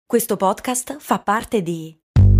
Questo podcast fa parte di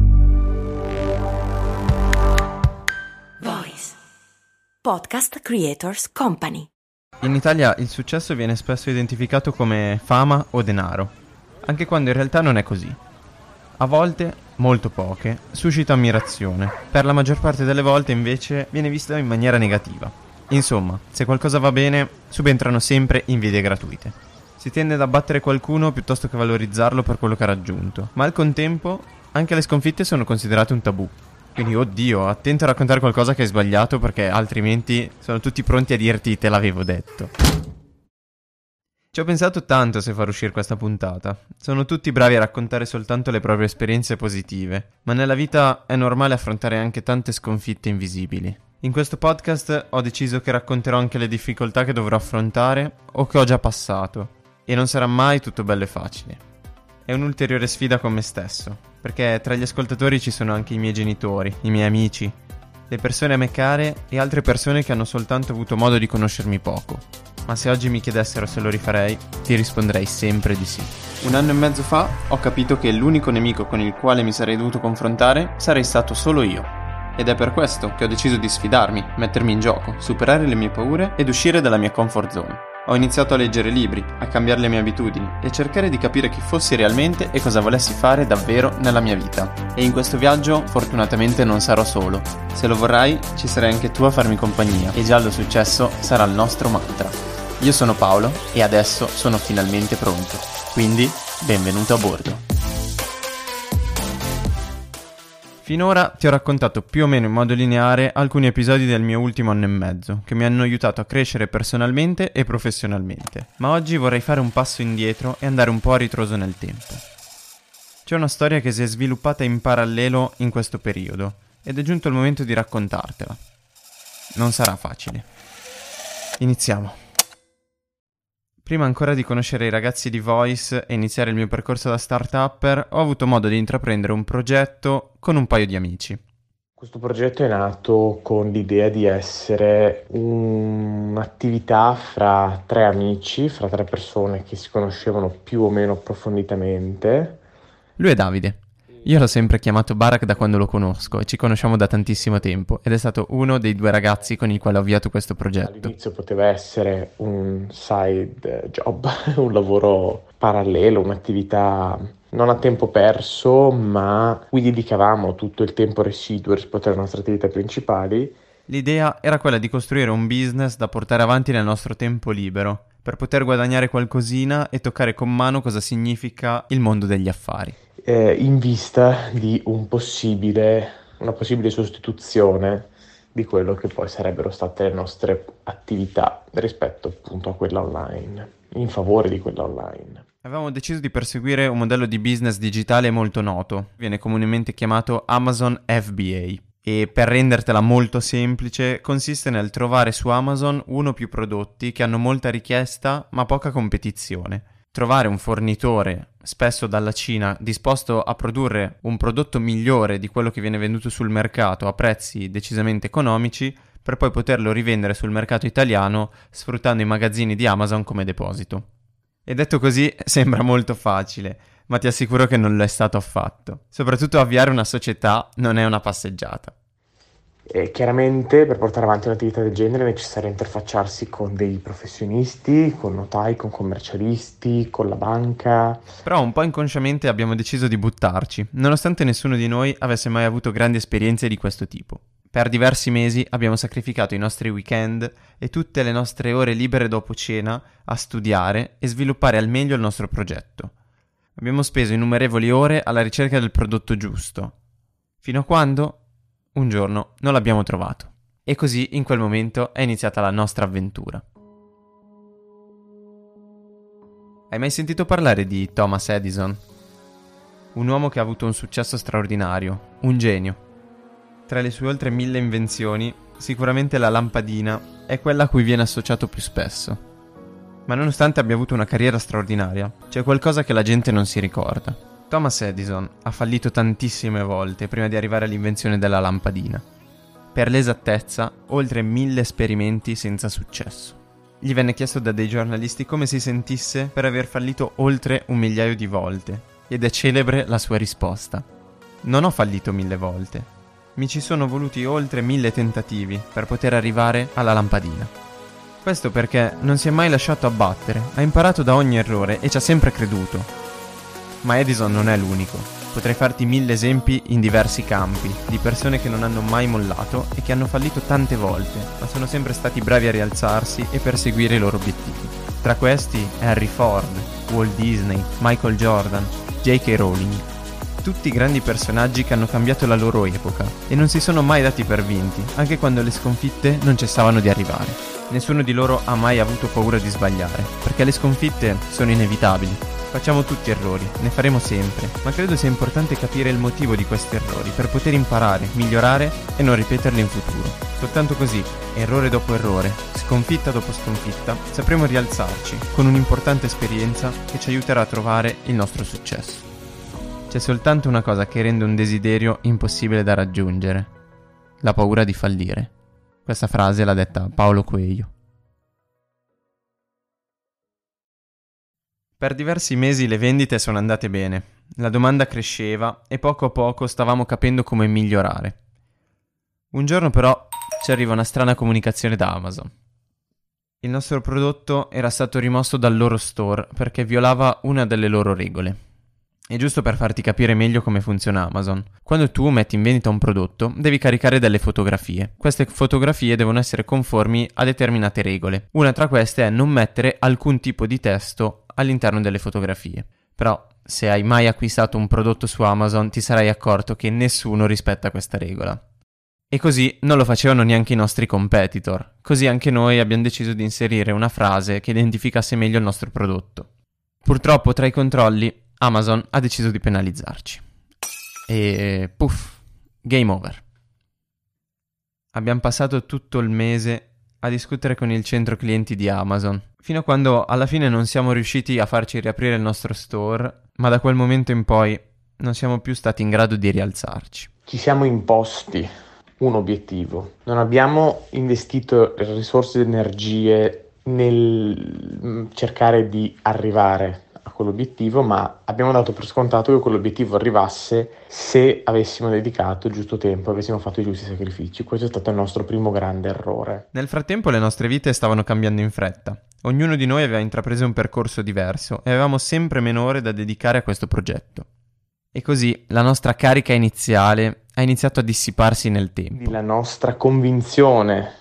Voice Podcast Creators Company. In Italia il successo viene spesso identificato come fama o denaro, anche quando in realtà non è così. A volte, molto poche, suscita ammirazione. Per la maggior parte delle volte invece viene visto in maniera negativa. Insomma, se qualcosa va bene, subentrano sempre invidie gratuite. Si tende ad abbattere qualcuno piuttosto che valorizzarlo per quello che ha raggiunto, ma al contempo anche le sconfitte sono considerate un tabù. Quindi, oddio, attento a raccontare qualcosa che hai sbagliato perché altrimenti sono tutti pronti a dirti te l'avevo detto. Ci ho pensato tanto se far uscire questa puntata. Sono tutti bravi a raccontare soltanto le proprie esperienze positive, ma nella vita è normale affrontare anche tante sconfitte invisibili. In questo podcast ho deciso che racconterò anche le difficoltà che dovrò affrontare o che ho già passato. E non sarà mai tutto bello e facile. È un'ulteriore sfida con me stesso, perché tra gli ascoltatori ci sono anche i miei genitori, i miei amici, le persone a me care e altre persone che hanno soltanto avuto modo di conoscermi poco. Ma se oggi mi chiedessero se lo rifarei, ti risponderei sempre di sì. 1 anno e mezzo fa ho capito che l'unico nemico con il quale mi sarei dovuto confrontare sarei stato solo io. Ed è per questo che ho deciso di sfidarmi, mettermi in gioco, superare le mie paure ed uscire dalla mia comfort zone. Ho iniziato a leggere libri, a cambiare le mie abitudini e cercare di capire chi fossi realmente e cosa volessi fare davvero nella mia vita. E in questo viaggio fortunatamente non sarò solo. Se lo vorrai, ci sarai anche tu a farmi compagnia e già lo successo sarà il nostro mantra. Io sono Paolo e adesso sono finalmente pronto. Quindi, benvenuto a bordo. Finora ti ho raccontato più o meno in modo lineare alcuni episodi del mio ultimo anno e mezzo, che mi hanno aiutato a crescere personalmente e professionalmente. Ma oggi vorrei fare un passo indietro e andare un po' a ritroso nel tempo. C'è una storia che si è sviluppata in parallelo in questo periodo, ed è giunto il momento di raccontartela. Non sarà facile. Iniziamo. Prima ancora di conoscere i ragazzi di Voice e iniziare il mio percorso da start-upper, ho avuto modo di intraprendere un progetto con un paio di amici. Questo progetto è nato con l'idea di essere un'attività fra 3 amici, fra 3 persone che si conoscevano più o meno approfonditamente. Lui è Davide. Io l'ho sempre chiamato Barak da quando lo conosco e ci conosciamo da tantissimo tempo ed è stato uno dei 2 ragazzi con il quale ho avviato questo progetto. All'inizio poteva essere un side job, un lavoro parallelo, un'attività non a tempo perso, ma cui dedicavamo tutto il tempo residuo rispetto alle nostre attività principali. L'idea era quella di costruire un business da portare avanti nel nostro tempo libero, per poter guadagnare qualcosina e toccare con mano cosa significa il mondo degli affari. In vista di una possibile sostituzione di quello che poi sarebbero state le nostre attività rispetto appunto a quella online, in favore di quella online. Avevamo deciso di perseguire un modello di business digitale molto noto, viene comunemente chiamato Amazon FBA. E per rendertela molto semplice, consiste nel trovare su Amazon uno o più prodotti che hanno molta richiesta ma poca competizione. Trovare un fornitore, spesso dalla Cina, disposto a produrre un prodotto migliore di quello che viene venduto sul mercato a prezzi decisamente economici, per poi poterlo rivendere sul mercato italiano sfruttando i magazzini di Amazon come deposito. E detto così sembra molto facile, ma ti assicuro che non lo è stato affatto. Soprattutto avviare una società non è una passeggiata. E chiaramente per portare avanti un'attività del genere è necessario interfacciarsi con dei professionisti, con notai, con commercialisti, con la banca. Però un po' inconsciamente abbiamo deciso di buttarci, nonostante nessuno di noi avesse mai avuto grandi esperienze di questo tipo. Per diversi mesi abbiamo sacrificato i nostri weekend e tutte le nostre ore libere dopo cena a studiare e sviluppare al meglio il nostro progetto. Abbiamo speso innumerevoli ore alla ricerca del prodotto giusto, fino a quando un giorno non l'abbiamo trovato. E così in quel momento è iniziata la nostra avventura. Hai mai sentito parlare di Thomas Edison? Un uomo che ha avuto un successo straordinario, un genio. Tra le sue oltre 1000 invenzioni, sicuramente la lampadina è quella a cui viene associato più spesso. Ma nonostante abbia avuto una carriera straordinaria, c'è qualcosa che la gente non si ricorda. Thomas Edison ha fallito tantissime volte prima di arrivare all'invenzione della lampadina. Per l'esattezza, oltre 1000 esperimenti senza successo. Gli venne chiesto da dei giornalisti come si sentisse per aver fallito oltre 1 migliaio di volte. ed è celebre la sua risposta: non ho fallito 1000 volte. Mi ci sono voluti oltre 1000 tentativi per poter arrivare alla lampadina. Questo perché non si è mai lasciato abbattere, ha imparato da ogni errore e ci ha sempre creduto. Ma Edison non è l'unico. Potrei farti 1000 esempi in diversi campi, di persone che non hanno mai mollato e che hanno fallito tante volte, ma sono sempre stati bravi a rialzarsi e perseguire i loro obiettivi. Tra questi Henry Ford, Walt Disney, Michael Jordan, J.K. Rowling. Tutti grandi personaggi che hanno cambiato la loro epoca e non si sono mai dati per vinti, anche quando le sconfitte non cessavano di arrivare. Nessuno di loro ha mai avuto paura di sbagliare, perché le sconfitte sono inevitabili. Facciamo tutti errori, ne faremo sempre, ma credo sia importante capire il motivo di questi errori per poter imparare, migliorare e non ripeterli in futuro. Soltanto così, errore dopo errore, sconfitta dopo sconfitta, sapremo rialzarci con un'importante esperienza che ci aiuterà a trovare il nostro successo. C'è soltanto una cosa che rende un desiderio impossibile da raggiungere: la paura di fallire. Questa frase l'ha detta Paulo Coelho. Per diversi mesi le vendite sono andate bene, la domanda cresceva e poco a poco stavamo capendo come migliorare. Un giorno però ci arriva una strana comunicazione da Amazon. Il nostro prodotto era stato rimosso dal loro store perché violava una delle loro regole. E giusto per farti capire meglio come funziona Amazon, quando tu metti in vendita un prodotto, devi caricare delle fotografie. Queste fotografie devono essere conformi a determinate regole. Una tra queste è non mettere alcun tipo di testo all'interno delle fotografie. Però, se hai mai acquistato un prodotto su Amazon, ti sarai accorto che nessuno rispetta questa regola. E così non lo facevano neanche i nostri competitor. Così anche noi abbiamo deciso di inserire una frase che identificasse meglio il nostro prodotto. Purtroppo, tra i controlli, Amazon ha deciso di penalizzarci. E puff, game over. Abbiamo passato tutto il mese a discutere con il centro clienti di Amazon, fino a quando alla fine non siamo riusciti a farci riaprire il nostro store, ma da quel momento in poi non siamo più stati in grado di rialzarci. Ci siamo imposti un obiettivo, non abbiamo investito risorse ed energie nel cercare di arrivare a quell'obiettivo, ma abbiamo dato per scontato che quell'obiettivo arrivasse se avessimo dedicato il giusto tempo, avessimo fatto i giusti sacrifici. Questo è stato il nostro primo grande errore. Nel frattempo le nostre vite stavano cambiando in fretta. Ognuno di noi aveva intrapreso un percorso diverso e avevamo sempre meno ore da dedicare a questo progetto. E così la nostra carica iniziale ha iniziato a dissiparsi nel tempo. La nostra convinzione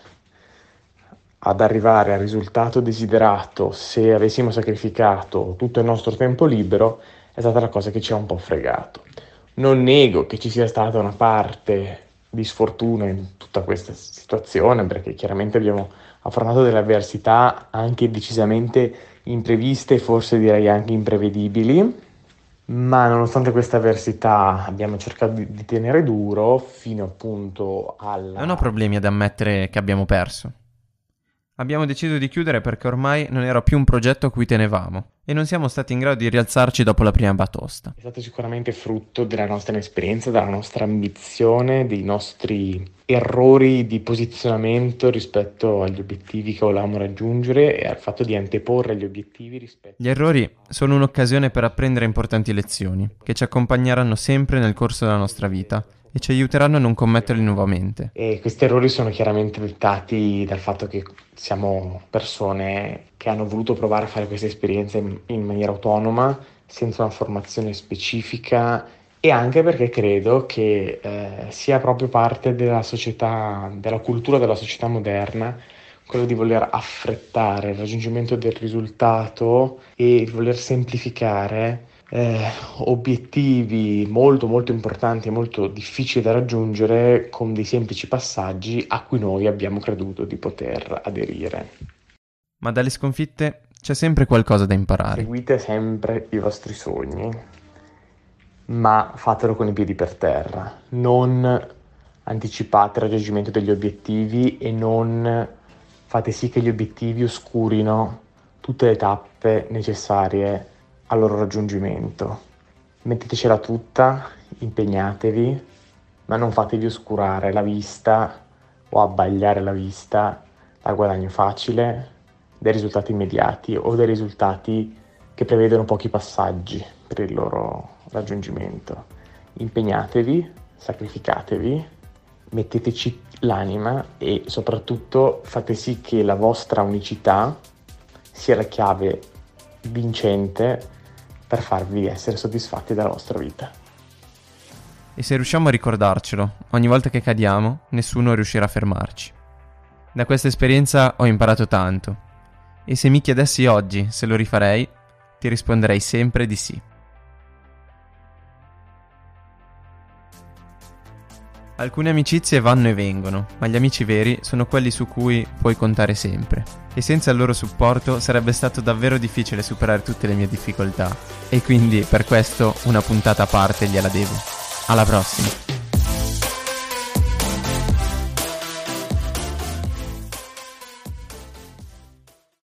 ad arrivare al risultato desiderato, se avessimo sacrificato tutto il nostro tempo libero, è stata la cosa che ci ha un po' fregato. Non nego che ci sia stata una parte di sfortuna in tutta questa situazione, perché chiaramente abbiamo affrontato delle avversità anche decisamente impreviste, forse direi anche imprevedibili, ma nonostante questa avversità abbiamo cercato di tenere duro fino appunto alla... Non ho problemi ad ammettere che abbiamo perso. Abbiamo deciso di chiudere perché ormai non era più un progetto a cui tenevamo e non siamo stati in grado di rialzarci dopo la prima batosta. È stato sicuramente frutto della nostra inesperienza, della nostra ambizione, dei nostri errori di posizionamento rispetto agli obiettivi che volevamo raggiungere e al fatto di anteporre gli obiettivi rispetto... Gli errori sono un'occasione per apprendere importanti lezioni che ci accompagneranno sempre nel corso della nostra vita e ci aiuteranno a non commetterli nuovamente. E questi errori sono chiaramente dettati dal fatto che siamo persone che hanno voluto provare a fare questa esperienza in maniera autonoma, senza una formazione specifica, e anche perché credo che sia proprio parte della società, della cultura della società moderna, quello di voler affrettare il raggiungimento del risultato e voler semplificare obiettivi molto molto importanti e molto difficili da raggiungere con dei semplici passaggi a cui noi abbiamo creduto di poter aderire. Ma dalle sconfitte c'è sempre qualcosa da imparare. Seguite sempre i vostri sogni, ma fatelo con i piedi per terra. Non anticipate il raggiungimento degli obiettivi e non fate sì che gli obiettivi oscurino tutte le tappe necessarie al loro raggiungimento. Mettetecela tutta, impegnatevi, ma non fatevi oscurare la vista o abbagliare la vista dal guadagno facile, dai risultati immediati o dai risultati che prevedono pochi passaggi per il loro raggiungimento. Impegnatevi, sacrificatevi, metteteci l'anima e soprattutto fate sì che la vostra unicità sia la chiave vincente per farvi essere soddisfatti della vostra vita. E se riusciamo a ricordarcelo, ogni volta che cadiamo, nessuno riuscirà a fermarci. Da questa esperienza ho imparato tanto, e se mi chiedessi oggi se lo rifarei, ti risponderei sempre di sì. Alcune amicizie vanno e vengono, ma gli amici veri sono quelli su cui puoi contare sempre. E senza il loro supporto sarebbe stato davvero difficile superare tutte le mie difficoltà. E quindi per questo una puntata a parte gliela devo. Alla prossima!